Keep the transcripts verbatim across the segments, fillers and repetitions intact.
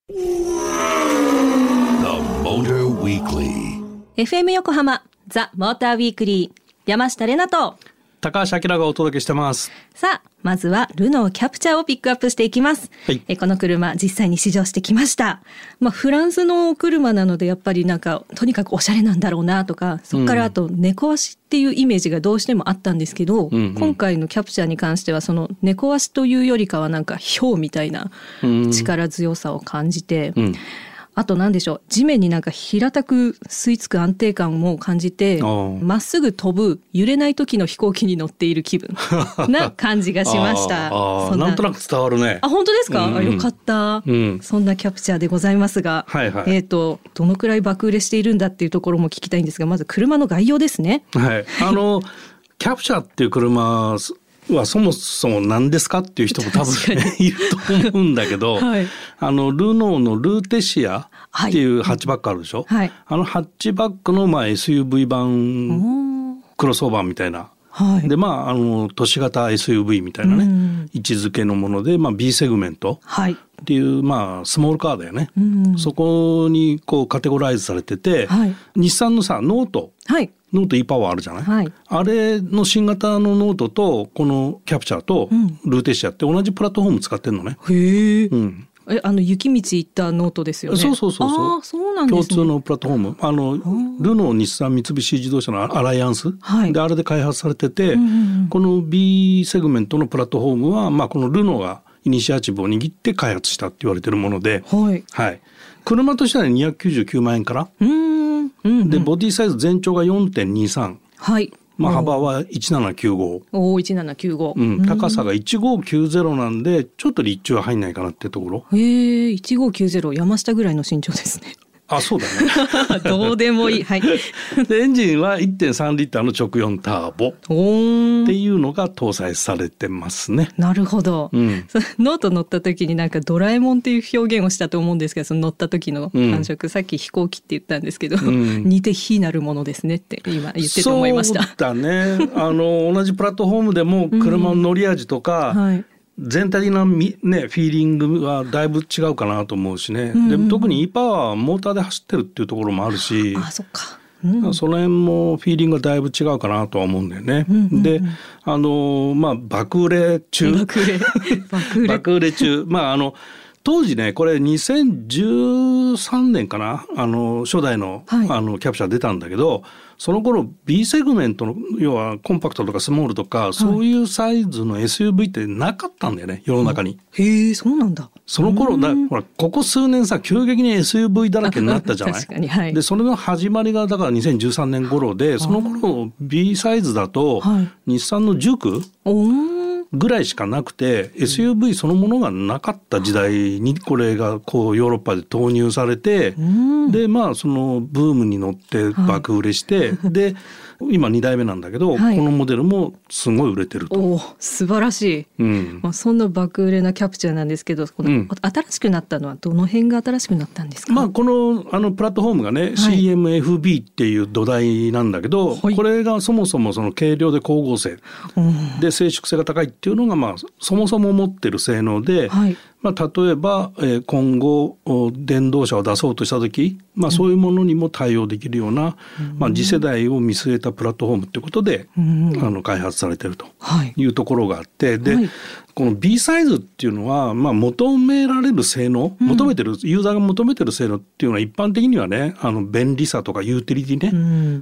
エフエム 横浜ザ・モーターウィークリー、山下れなと高橋明がお届けしてます。 さあ、まずはルノーキャプチャーをピックアップしていきます、はい、えこの車実際に試乗してきました。まあ、フランスの車なのでやっぱりなんかとにかくおしゃれなんだろうなとか、そこからあと猫足っていうイメージがどうしてもあったんですけど、うんうん、今回のキャプチャーに関してはその猫足というよりかはなんかヒョウみたいな力強さを感じて、うんうん、あと何でしょう、地面になんか平たく吸い付く安定感も感じて、まっすぐ飛ぶ揺れない時の飛行機に乗っている気分な感じがしましたああ、なんとなく伝わるね。 あ、本当ですか、うんうん、あ、よかった、うん、そんなキャプチャーでございますが、はいはい、えーと、どのくらい爆売れしているんだっていうところも聞きたいんですが、まず車の概要ですね。 はい、あのキャプチャーっていう車はそもそも何ですかっていう人も多分いると思うんだけど、はい、あのルノーのルーテシアっていうハッチバックあるでしょ、はい、あのハッチバックのまあ エスユーブイ 版クロスオーバーみたいな、はい、でまああの都市型 エスユーブイ みたいなね、うん、位置づけのもので、まあ、B セグメントっていう、まあ、スモールカーだよね、うん、そこにこうカテゴライズされてて、はい、日産のさノート、はい、ノート E パワーあるじゃない、はい、あれの新型のノートとこのキャプチャーとルーテシアって同じプラットフォーム使ってるのね。 へえ、うん、え、あの雪道行ったノートですよね。 そうそうそうそう。 あ、そうなんですね。 共通のプラットフォーム、あのルノー、日産、三菱自動車のアライアンス、はい、であれで開発されてて、うんうん、この B セグメントのプラットフォームは、まあ、このルノーがイニシアチブを握って開発したって言われてるもので、はいはい、車としてはにひゃくきゅうじゅうきゅうまんえんから、うんうんうん、でボディサイズ全長が よんてんにさん、はい、まあ、幅はせんななひゃくきゅうじゅうご、 おせんななひゃくきゅうじゅうご、 うん、高さがせんごひゃくきゅうじゅうなんでちょっと立地は入んないかなってところ。 へえ、せんごひゃくきゅうじゅう山下ぐらいの身長ですね。 あ、そうだねどうでもいい、はい、 でエンジンは いってんさんリッターの直よんターボっていうのが搭載されてますね。 なるほど、うん、ノート乗った時になんかドラえもんっていう表現をしたと思うんですけど、その乗った時の感触、うん、さっき飛行機って言ったんですけど、うん、似て非なるものですねって今言ってて思いました。 そうだねあの同じプラットフォームでも車の乗り味とか、うん、はい、全体的な、ね、フィーリングはだいぶ違うかなと思うしね、うんうん、で特に E パワーはモーターで走ってるっていうところもあるし、 あ、そっか、うん、 その辺もフィーリングがだいぶ違うかなとは思うんだよね、うんうんうん、であのまあ爆売れ中爆売れ爆売れ爆売れ中まああの当時ね、これにせんじゅうさんねんかな、あの初代の、はい、あのキャプチャー出たんだけど、その頃 B セグメントの要はコンパクトとかスモールとか、はい、そういうサイズの エスユーブイ ってなかったんだよね、世の中に。 へえ、そうなんだ。 その頃だ、ほらここ数年さ急激に エスユーブイ だらけになったじゃない。 確かに、はい、 でそれの始まりがだからにせんじゅうさんねん頃で、その頃 B サイズだと、はい、日産のジュークぐらいしかなくて、 エスユーブイ そのものがなかった時代にこれがこうヨーロッパで投入されて、でまあそのブームに乗って爆売れして、はい、で今にだいめなんだけど、はい、このモデルもすごい売れてると。 お、素晴らしい、うん、まあ、そんな爆売れなキャプチャーなんですけど、この新しくなったのはどの辺が新しくなったんですか。 まあ、この、あのプラットフォームがね、はい、シーエムエフビー っていう土台なんだけど、はい、これがそもそもその軽量で光合成、うん、で静粛性が高いっていうのが、まあ、そもそも持ってる性能で、はい、まあ、例えば、えー、今後電動車を出そうとした時、まあ、そういうものにも対応できるような、うん、まあ、次世代を見据えたプラットフォームってことで、うん、あの開発されているというところがあって、はい、で、はい、この B サイズっていうのは、まあ、求められる性能、うん、求めてるユーザーが求めてる性能っていうのは一般的にはね、あの便利さとかユーティリティね、うん、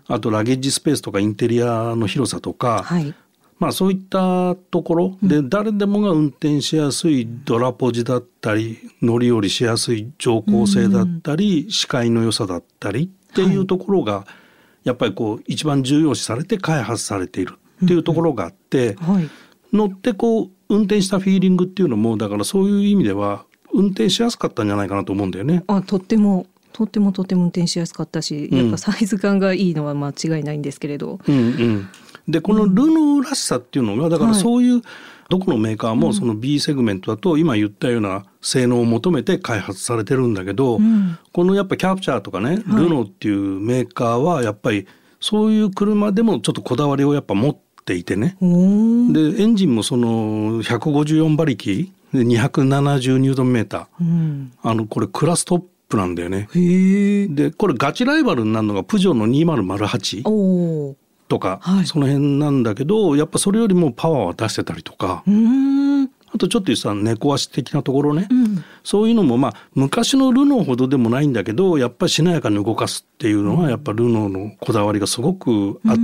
あとラゲッジスペースとかインテリアの広さとか、はい、まあ、そういったところで誰でもが運転しやすいドラポジだったり乗り降りしやすい乗降性だったり視界の良さだったりっていうところがやっぱりこう一番重要視されて開発されているっていうところがあって、乗ってこう運転したフィーリングっていうのもだからそういう意味では運転しやすかったんじゃないかなと思うんだよね。 あ、とってもとってもとっても運転しやすかったし、やっぱサイズ感がいいのは間違いないんですけれど、 うんうん、でこのルノーらしさっていうのがだからそういうどこのメーカーもその B セグメントだと今言ったような性能を求めて開発されてるんだけど、うん、このやっぱキャプチャーとかね、ルノーっていうメーカーはやっぱりそういう車でもちょっとこだわりをやっぱ持っていてね、でエンジンもそのひゃくごじゅうよんばりきでにひゃくななじゅうニュートンメーター、うん、あのこれクラストップなんだよね。 へでこれガチライバルになるのがプジョーのにせんはちとか、はい、その辺なんだけど、やっぱそれよりもパワーは出してたりとか、うーん、あとちょっと言ってた猫足的なところね、うん、そういうのもまあ昔のルノーほどでもないんだけど、やっぱりしなやかに動かすっていうのはやっぱルノーのこだわりがすごくあって、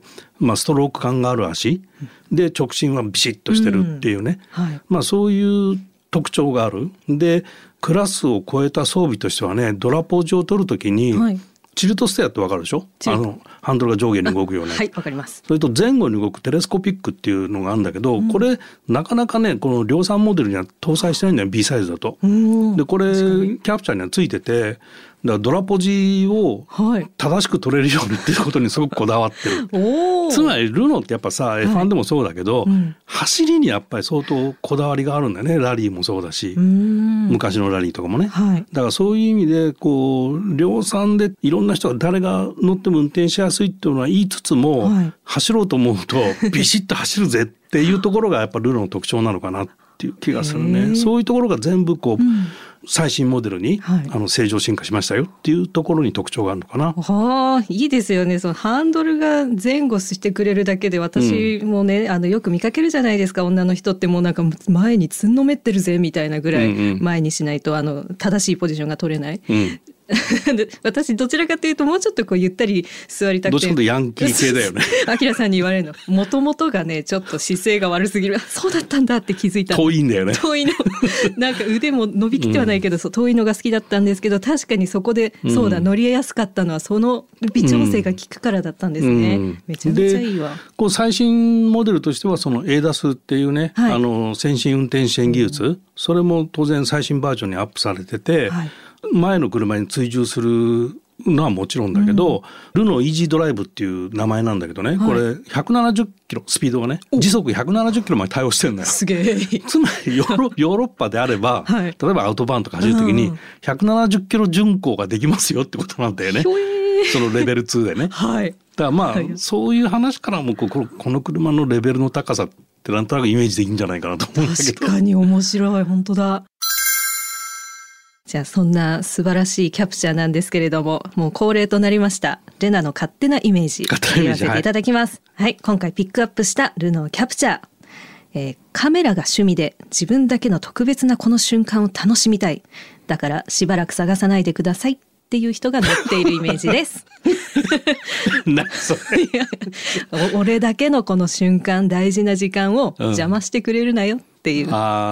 うん、まあ、ストローク感がある足で直進はビシッとしてるっていうね、うん、はい、まあ、そういう特徴がある。でクラスを超えた装備としてはね、ドラポージを取るときに、はい、チルトステアってわかるでしょ。あのハンドルが上下に動くような、 はい、わかります。 それと前後に動くテレスコピックっていうのがあるんだけど、うん、これなかなかねこの量産モデルには搭載してないんだよ B サイズだと。でこれキャプチャーにはついてて、だからドラポジを正しく取れるようにっていうことにすごくこだわってる、はい、つまりルノーってやっぱさ、はい、エフワン でもそうだけど、うん、走りにやっぱり相当こだわりがあるんだよね。ラリーもそうだし、昔のラリーとかもね、はい、だからそういう意味でこう量産でいろんな人が誰が乗っても運転しやすいっていうのは言いつつも、はい、走ろうと思うとビシッと走るぜっていうところがやっぱルノーの特徴なのかなっていう気がするね。そういうところが全部こう、うん、最新モデルに、はい、あの正常進化しましたよっていうところに特徴があるのかな。 はあ、いいですよね。そのハンドルが前後してくれるだけで、私もね、うん、あのよく見かけるじゃないですか。女の人ってもうなんか前につんのめってるぜみたいなぐらい前にしないと、うんうん、あの正しいポジションが取れない、うん、で私どちらかというともうちょっとこうゆったり座りたくて、 どっちかというとヤンキー系だよね。 アキラさんに言われるのもともとがねちょっと姿勢が悪すぎる。そうだったんだって気づいた。 遠いんだよね。 遠いのなんか腕も伸びきってはないけど、うん、そう遠いのが好きだったんですけど、確かにそこで、うん、そうだ乗りやすかったのはその微調整が効くからだったんですね、うん、めちゃめちゃいいわ。 こう最新モデルとしてはその エーダス っていうね、はい、あの先進運転支援技術、うん、それも当然最新バージョンにアップされてて、はい、前の車に追従するのはもちろんだけど、うん、ルノーイージードライブっていう名前なんだけどね、はい、これひゃくななじゅっキロスピードがね時速ひゃくななじゅっキロまで対応してるんだよ。すげえ。つまりヨーロ、ヨーロッパであれば、はい、例えばアウトバーンとか走るときにひゃくななじゅっキロ巡航ができますよってことなんだよね。そのレベルツーでね、はい、だからまあ、はい、そういう話からもここの車のレベルの高さってなんとなくイメージでいいんじゃないかなと思うんだけど。 確かに面白い。本当だ。じゃあそんな素晴らしいキャプチャーなんですけれども、もう恒例となりましたレナの勝手なイメージ言わせていただきます、はいはい、今回ピックアップしたルノーキャプチャー、えー、カメラが趣味で自分だけの特別なこの瞬間を楽しみたい、だからしばらく探さないでくださいっていう人が乗っているイメージですなそれ俺だけのこの瞬間、大事な時間を邪魔してくれるなよっていう、うん、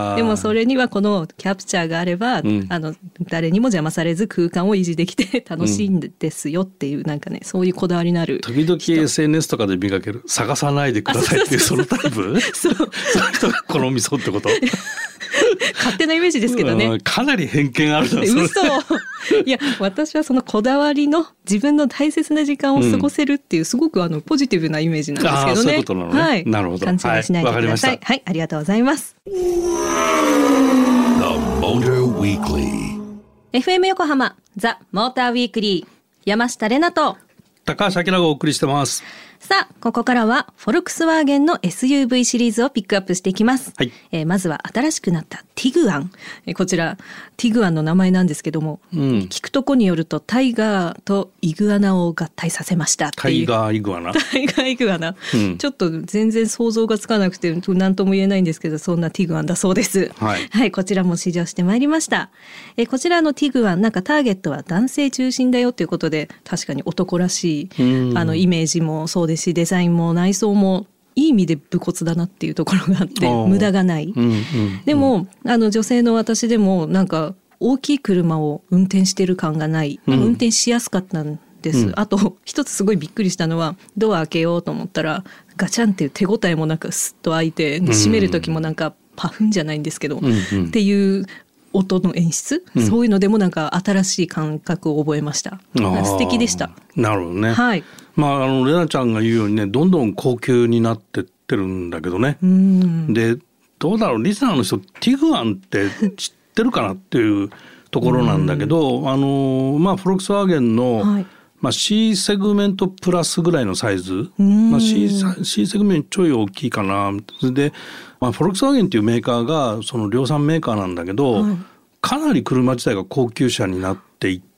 でもそれにはこのキャプチャーがあれば、うん、あの誰にも邪魔されず空間を維持できて楽しいんですよっていう、うん、なんかねそういうこだわりのある時々 エスエヌエス とかで見かける探さないでくださいっていうそのタイプそうそういう人が好みそうってこと勝手なイメージですけどね。 かなり偏見あるな。 嘘いや私はそのこだわりの自分の大切な時間を過ごせるっていう、うん、すごくあのポジティブなイメージなんですけどね。 そういうことなのね、はい、なるほど。 勘違いしないでください、はい、はい、ありがとうございます。 エフエム 横浜ザ・モーターウィークリー、山下れなと高橋明がお送りしてます。 さあここからはフォルクスワーゲンの エスユーブイ シリーズをピックアップしていきます、はい、えー、まずは新しくなったティグアン、えー、こちらティグアンの名前なんですけども、うん、聞くとこによるとタイガーとイグアナを合体させましたっていう。 タイガーイグアナタイガーイグアナ、うん、ちょっと全然想像がつかなくて何とも言えないんですけど、そんなティグアンだそうです、はいはい、こちらも試乗してまいりました、えー、こちらのティグアンなんかターゲットは男性中心だよということで、確かに男らしい、うん、あのイメージもそうですし、デザインも内装もいい意味で武骨だなっていうところがあって無駄がない、うんうんうん、でもあの女性の私でもなんか大きい車を運転してる感がない、うん、運転しやすかったんです、うん、あと一つすごいびっくりしたのはドア開けようと思ったらガチャンっていう手応えもなくスッと開いて、閉める時もなんかパフンじゃないんですけど、うんうん、っていう音の演出、うん、そういうのでもなんか新しい感覚を覚えました。素敵でした。 なるほどね、 はい、 まあ、あのレナちゃんが言うようにね、どんどん高級になってってるんだけどね。うんでどうだろう、リスナーの人ティグアンって知ってるかなっていうところなんだけど、あのまあフォルクスワーゲンの、はい、 まあ、C セグメントプラスぐらいのサイズ、まあ、C, C セグメントちょい大きいかな。それで、まあ、フォルクスワーゲンっていうメーカーがその量産メーカーなんだけど、はい、かなり車自体が高級車になっていって、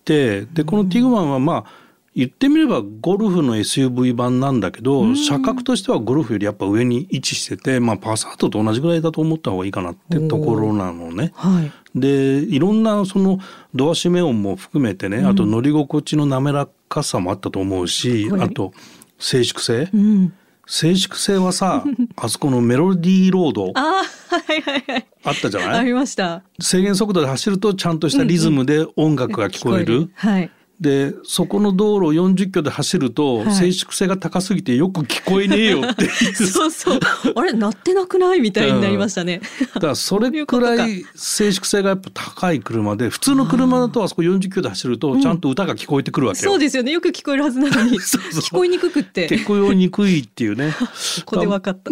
でこのティグワンはまあ言ってみればゴルフの エスユーブイ 版なんだけど、車格としてはゴルフよりやっぱ上に位置してて、まあ、パサートと同じぐらいだと思った方がいいかなってところなのね。はい、でいろんなそのドア閉め音も含めてね、あと乗り心地の滑らかさもあったと思うし、うん、あと静粛性、うん、静粛性はさあそこのメロディーロードあ、はいはいはい、 あったじゃない。 ありました。 制限速度で走るとちゃんとしたリズムで音楽が聞こえる、うんうん、はい、でそこの道路をよんじゅっキロで走ると、はい、静粛性が高すぎてよく聞こえねえよってそうそうあれ鳴ってなくないみたいになりましたね、 うん、だからそれくらい静粛性がやっぱ高い車で、普通の車だとあそこよんじゅっキロで走るとちゃんと歌が聞こえてくるわけよ、 うん、そうですよね。よく聞こえるはずなのにそうそう聞こえにくくって聞こえにくいっていうねここで分かった、 うん、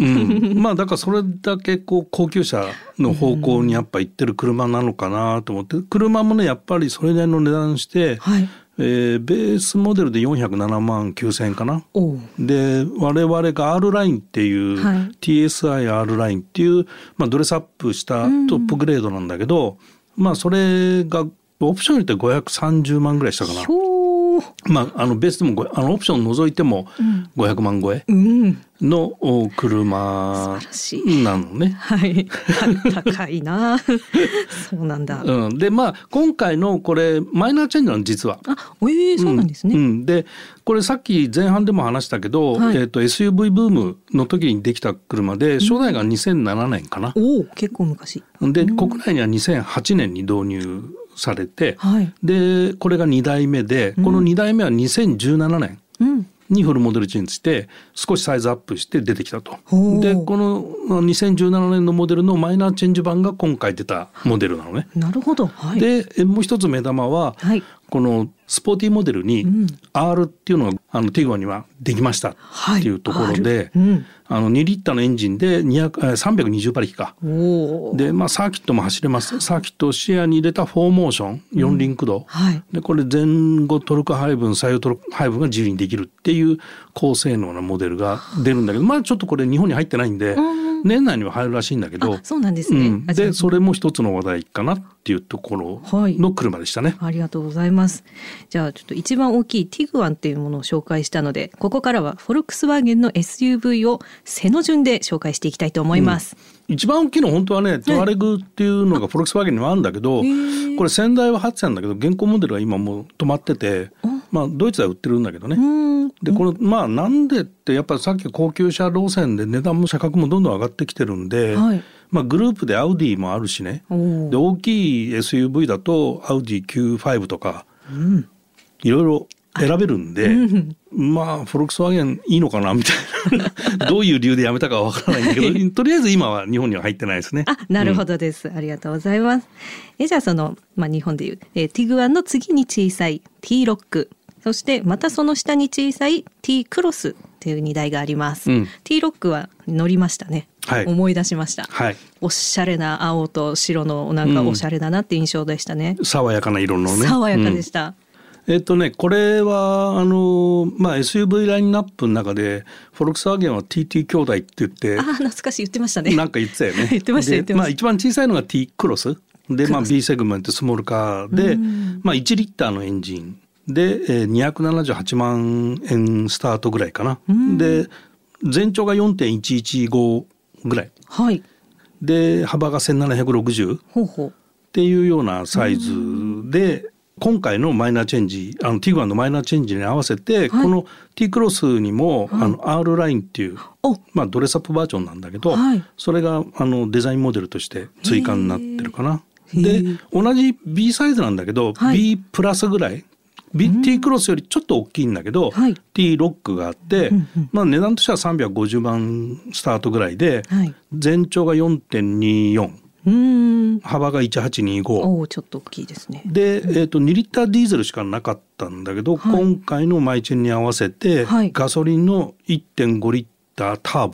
まあだからそれだけこう高級車の方向にやっぱ行ってる車なのかなと思って、車もねやっぱりそれなりの値段して、はい、えー、ベースモデルでよんひゃくななまんきゅうせんえんかな。で我々が R ラインっていう、はい、ティーエスアイアール ラインっていう、まあ、ドレスアップしたトップグレードなんだけど、うん、まあそれがオプションによってごひゃくさんじゅうまんぐらいしたかな。まあ、あのベースでもあのオプション除いてもごひゃくまん超えの車なのね、うん、 はい高いなそうなんだ、 うん、でまあ今回のこれマイナーチェンジなの実は。 あ、えー、そうなんですね、 うんうん、でこれさっき前半でも話したけど、はい、えー、と エスユーブイ ブームの時にできた車で初代がにせんななねんかな、 うん、お結構昔で、うん、国内にはにせんはちねんに導入されて、はい、でこれがにだいめで、このにだいめはにせんじゅうななねんにフルモデルチェンジして少しサイズアップして出てきたと。でこのにせんじゅうななねんのモデルのマイナーチェンジ版が今回出たモデルなのね。 なるほど、はい、 でもう一つ目玉は、はい、このスポーティーモデルに R っていうのがあのティグワンにはできましたっていうところで、はい、うん、あのにリッターのエンジンでにひゃくさんびゃくにじゅう馬力かで、まあ、サーキットも走れます。サーキットを視野に入れたフォーモーションよん輪駆動、うん、はい、でこれ前後トルク配分左右トルク配分が自由にできるっていう高性能なモデルが出るんだけど、まあちょっとこれ日本に入ってないんで、うん、年内には入るらしいんだけど。 あ、そうなんですね、うん、 でそれも一つの話題かなっていうところの車でしたね、 はい、ありがとうございます。じゃあちょっと一番大きいティグワンっていうものを紹介したので、ここからはフォルクスワーゲンの エスユーブイ を背の順で紹介していきたいと思います、 うん、一番大きいの本当はねトゥアレグっていうのがフォルクスワーゲンにはあるんだけど、これ先代ははちせんだけど現行モデルは今もう止まってて、まあドイツでは売ってるんだけどね。でこのまあなんでってやっぱりさっき高級車路線で値段も車格もどんどん上がってきてるんで、はい、まあ、グループでアウディもあるしね。で大きい エスユーブイ だとアウディ キューファイブ とか、うん、いろいろ選べるんで、うん、まあフォルクスワーゲンいいのかなみたいなどういう理由でやめたかはわからないんだけどとりあえず今は日本には入ってないですね。 あ、なるほどです、うん、ありがとうございます。えじゃあその、まあ、日本でいう、えー、ティグワンの次に小さい T ロック、そしてまたその下に小さい T クロスっていう荷台があります、うん、T ロックは乗りましたね、はい、思い出しました、はい、おしゃれな青と白のなんかおしゃれだなって印象でしたね、うん、 爽やかな色のね、 爽やかでした、 うん、えっとねこれはあの、まあ、エスユーブイ ラインナップの中でフォルクスワーゲンは ティーティー 兄弟って言って、 あ懐かしい言ってましたね。 なんか言ってたよね言ってました言ってました。 まあ、一番小さいのが T クロスで、まあ、B セグメントスモールカーで、まあ、いちリッターのエンジンでにひゃくななじゅうはちまんえんスタートぐらいかな。で全長が よんてんいちいちご ぐらい、はい、で幅がせんななひゃくろくじゅうほうほうっていうようなサイズで、今回のマイナーチェンジあのティグワンのマイナーチェンジに合わせて、はい、この T クロスにも、はい、あの R ラインっていう、まあ、ドレスアップバージョンなんだけど、はい、それがあのデザインモデルとして追加になってるかな。で同じ B サイズなんだけど、はい、B プラスぐらいビーティー クロスよりちょっと大きいんだけど、はい、T ロックがあって、うんうん、まあ、値段としてはさんびゃくごじゅうまんスタートぐらいで、はい、全長が よんてんによん、うーん幅がいちはちにご、 おちょっと大きいですね。 で、えー、とにリッターディーゼルしかなかったんだけど、はい、今回のマイチェンに合わせて、はい、ガソリンの いってんごリッターターボ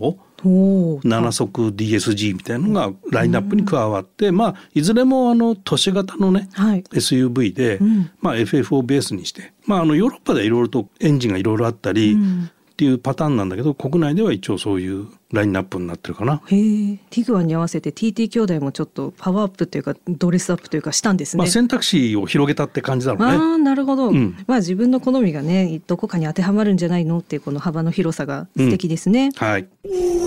なな速 ディーエスジー みたいなのがラインナップに加わって、まあ、いずれもあの都市型のね、はい、エスユーブイ で、うんまあ、エフエフ をベースにして、まあ、あのヨーロッパではいろいろとエンジンがいろいろあったり、うんっていうパターンなんだけど、国内では一応そういうラインナップになってるかな。 へえ。ティグワンに合わせて ティーティー 兄弟もちょっとパワーアップというかドレスアップというかしたんですね。 まあ、選択肢を広げたって感じだろうね。 ああ、なるほど、うん、まあ自分の好みがねどこかに当てはまるんじゃないのっていうこの幅の広さが素敵ですね、 うん、はい。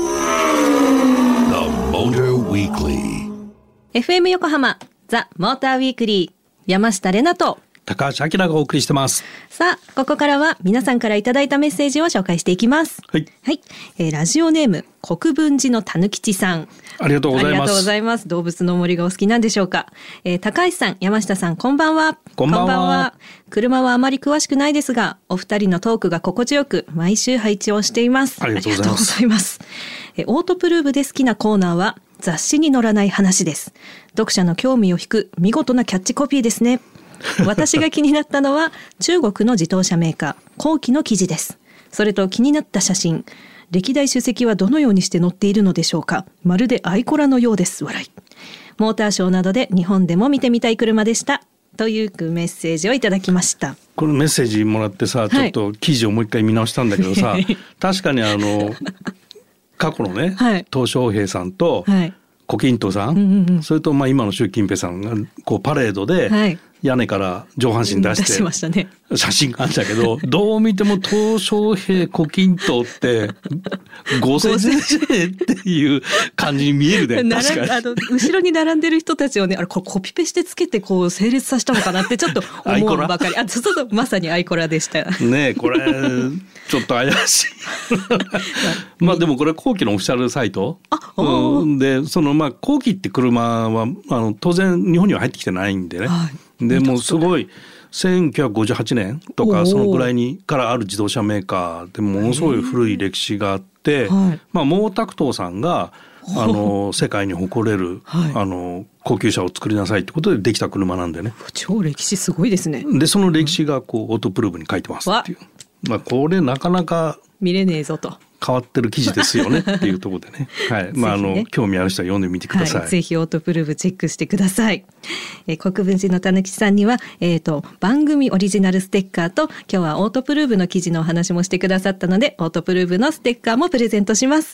エフエム 横浜ザ・モーターウィークリー、山下れなと高橋明がお送りしてます。 さあここからは皆さんからいただいたメッセージを紹介していきます。 はい、 はいえー、ラジオネーム国分寺のたぬきちさん、 ありがとうございます。 ありがとうございます。動物の森がお好きなんでしょうか。えー、高橋さん、山下さん、こんばんは。 こんばんは。こんばんは。 車はあまり詳しくないですが、お二人のトークが心地よく毎週配置をしています。 ありがとうございます。 ありがとうございます。えー、オートプルーブで好きなコーナーは雑誌に載らない話です。読者の興味を引く見事なキャッチコピーですね。私が気になったのは中国の自動車メーカー広汽の記事です。それと気になった写真、歴代主席はどのようにして載っているのでしょうか。まるでアイコラのようです。笑い。モーターショーなどで日本でも見てみたい車でしたというメッセージをいただきました。 このメッセージもらってさ、ちょっと記事をもう一回見直したんだけどさ、はい、確かにあの過去のね、はい、鄧小平さんと、はい胡錦涛さん、うんうんうん、それとまあ今の習近平さんがこうパレードで屋根から上半身出して写真があるんだけど、どう見ても鄧小平胡錦涛ってご世代っていう感じに見えるね。確かにあの後ろに並んでる人たちをね、あれこれコピペしてつけてこう整列させたのかなってちょっと思うばかり。あ、そうそう、まさにアイコラでしたね。これちょっと怪しいまあでもこれ後期のオフィシャルサイト、あ、うん、でそのまあ後期って車はあの当然日本には入ってきてないんでね、はい、でもうすごいせんきゅうひゃくごじゅうはちねんとかそのぐらいにからある自動車メーカーでものすごい古い歴史があって、はい、まあ毛沢東さんがあの世界に誇れる、はい、あの高級車を作りなさいってことでできた車なんでね。 超歴史すごいですね。 でその歴史がこうオートプルーブに書いてますっていう、まあ、これなかなか見れねえぞと変わってる記事ですよねっていうところでね、はい、まああの興味ある人は読んでみてください、 はい、ぜひオートプルーブチェックしてください。えー、国分寺のたぬきさんには、えーと、番組オリジナルステッカーと今日はオートプルーブの記事のお話もしてくださったのでオートプルーブのステッカーもプレゼントします。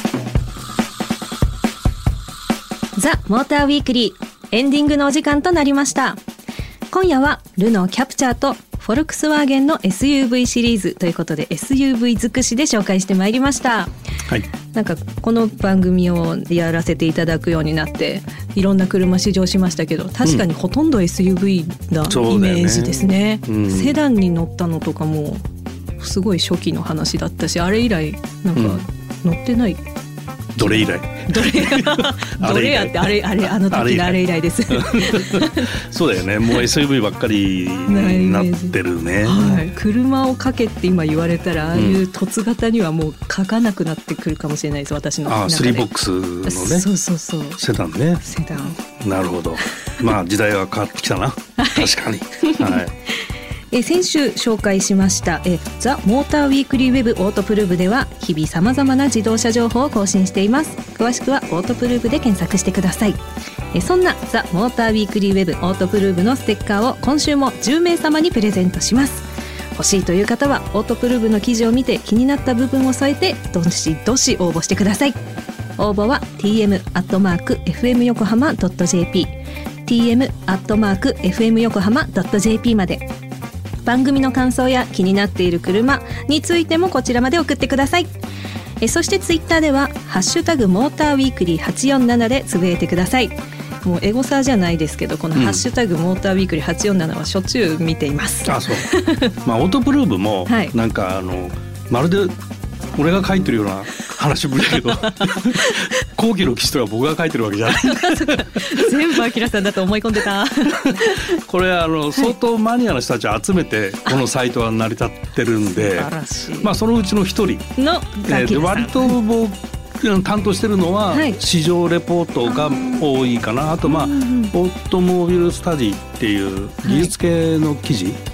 ザ・モーターウィークリーエンディングのお時間となりました。今夜はルノーキャプチャーとフォルクスワーゲンの エスユーブイ シリーズということで エスユーブイ 尽くしで紹介してまいりました、 はい、 なんかこの番組をやらせていただくようになっていろんな車試乗しましたけど確かにほとんど エスユーブイ なイメージですね、うん、セダンに乗ったのとかもすごい初期の話だったしあれ以来なんか乗ってない、うん、 どれ以来どれどれやってあれあれあの時のあれ以来ですそうだよね。もう エスユーブイ ばっかりになってるね、 はい、車をかけって今言われたらああいう凸型にはもう書かなくなってくるかもしれないです私の中で。 ああスリーボックスのねそうそうそうセダンね。 セダンなるほど。まあ時代は変わってきたな確かに、はいえ先週紹介しましたえザ・モーターウィークリーウェブオートプルーブでは日々さまざまな自動車情報を更新しています。詳しくはオートプルーブで検索してください。えそんなザ・モーターウィークリーウェブオートプルーブのステッカーを今週もじゅうめいさまにプレゼントします。欲しいという方はオートプルーブの記事を見て気になった部分を添えてどしどし応募してください。応募は ティーエム アットマーク エフエム 横浜 ドット ジェーピー ティーエム アットマーク エフエム 横浜 ドット ジェーピー まで。番組の感想や気になっている車についてもこちらまで送ってください。えそしてツイッターではハッシュタグモーターウィークリーはちよんななでつぶやいてください。もうエゴサーじゃないですけどこのハッシュタグモーターウィークリーはちよんななはしょっちゅう見ています、 うん、あそうまあオートプルーブもなんかあの、はい、まるで俺が書いてるような話ぶりだけど後期の記事とか僕が書いてるわけじゃない全部明さんだと思い込んでたこれあの相当マニアの人たちを集めてこのサイトは成り立ってるんでまあそのうちの一人のえー、割と僕担当してるのは市場レポートが多いかな。あとまあオートモービルスタディっていう技術系の記事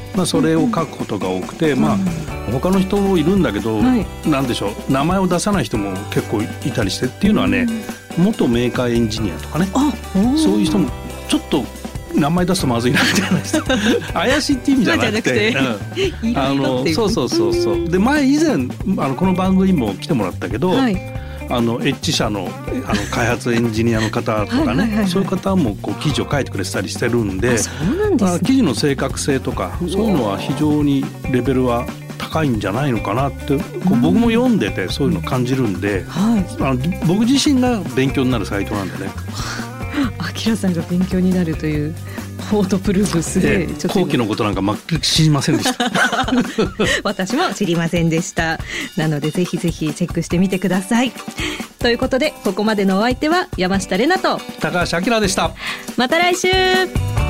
まあ、それを書くことが多くて、うん、まあ、他の人もいるんだけど、はい、なんでしょう、名前を出さない人も結構いたりしてっていうのはね、うん、元メーカーエンジニアとかね、そういう人もちょっと名前出すとまずいなみたいな人怪しいって意味じゃなくて、うん、あのそうそうそうそうで、前以前あのこの番組にも来てもらったけど、はい、あのエッジ社のあの開発エンジニアの方とかねはいはいはいはい、そういう方もこう記事を書いてくれてたりしてるんで、 そうなんですね、まあ、 記事の正確性とかそういうのは非常にレベルは高いんじゃないのかなってこう僕も読んでてそういうのを感じるんで、はい、あの僕自身が勉強になるサイトなんでね。 あきらさんが勉強になるというフォートプルーフスで、 ちょっと後期のことなんか全く知りませんでした私も知りませんでした。なのでぜひぜひチェックしてみてください。ということでここまでのお相手は山下玲奈と高橋明でした。 また来週。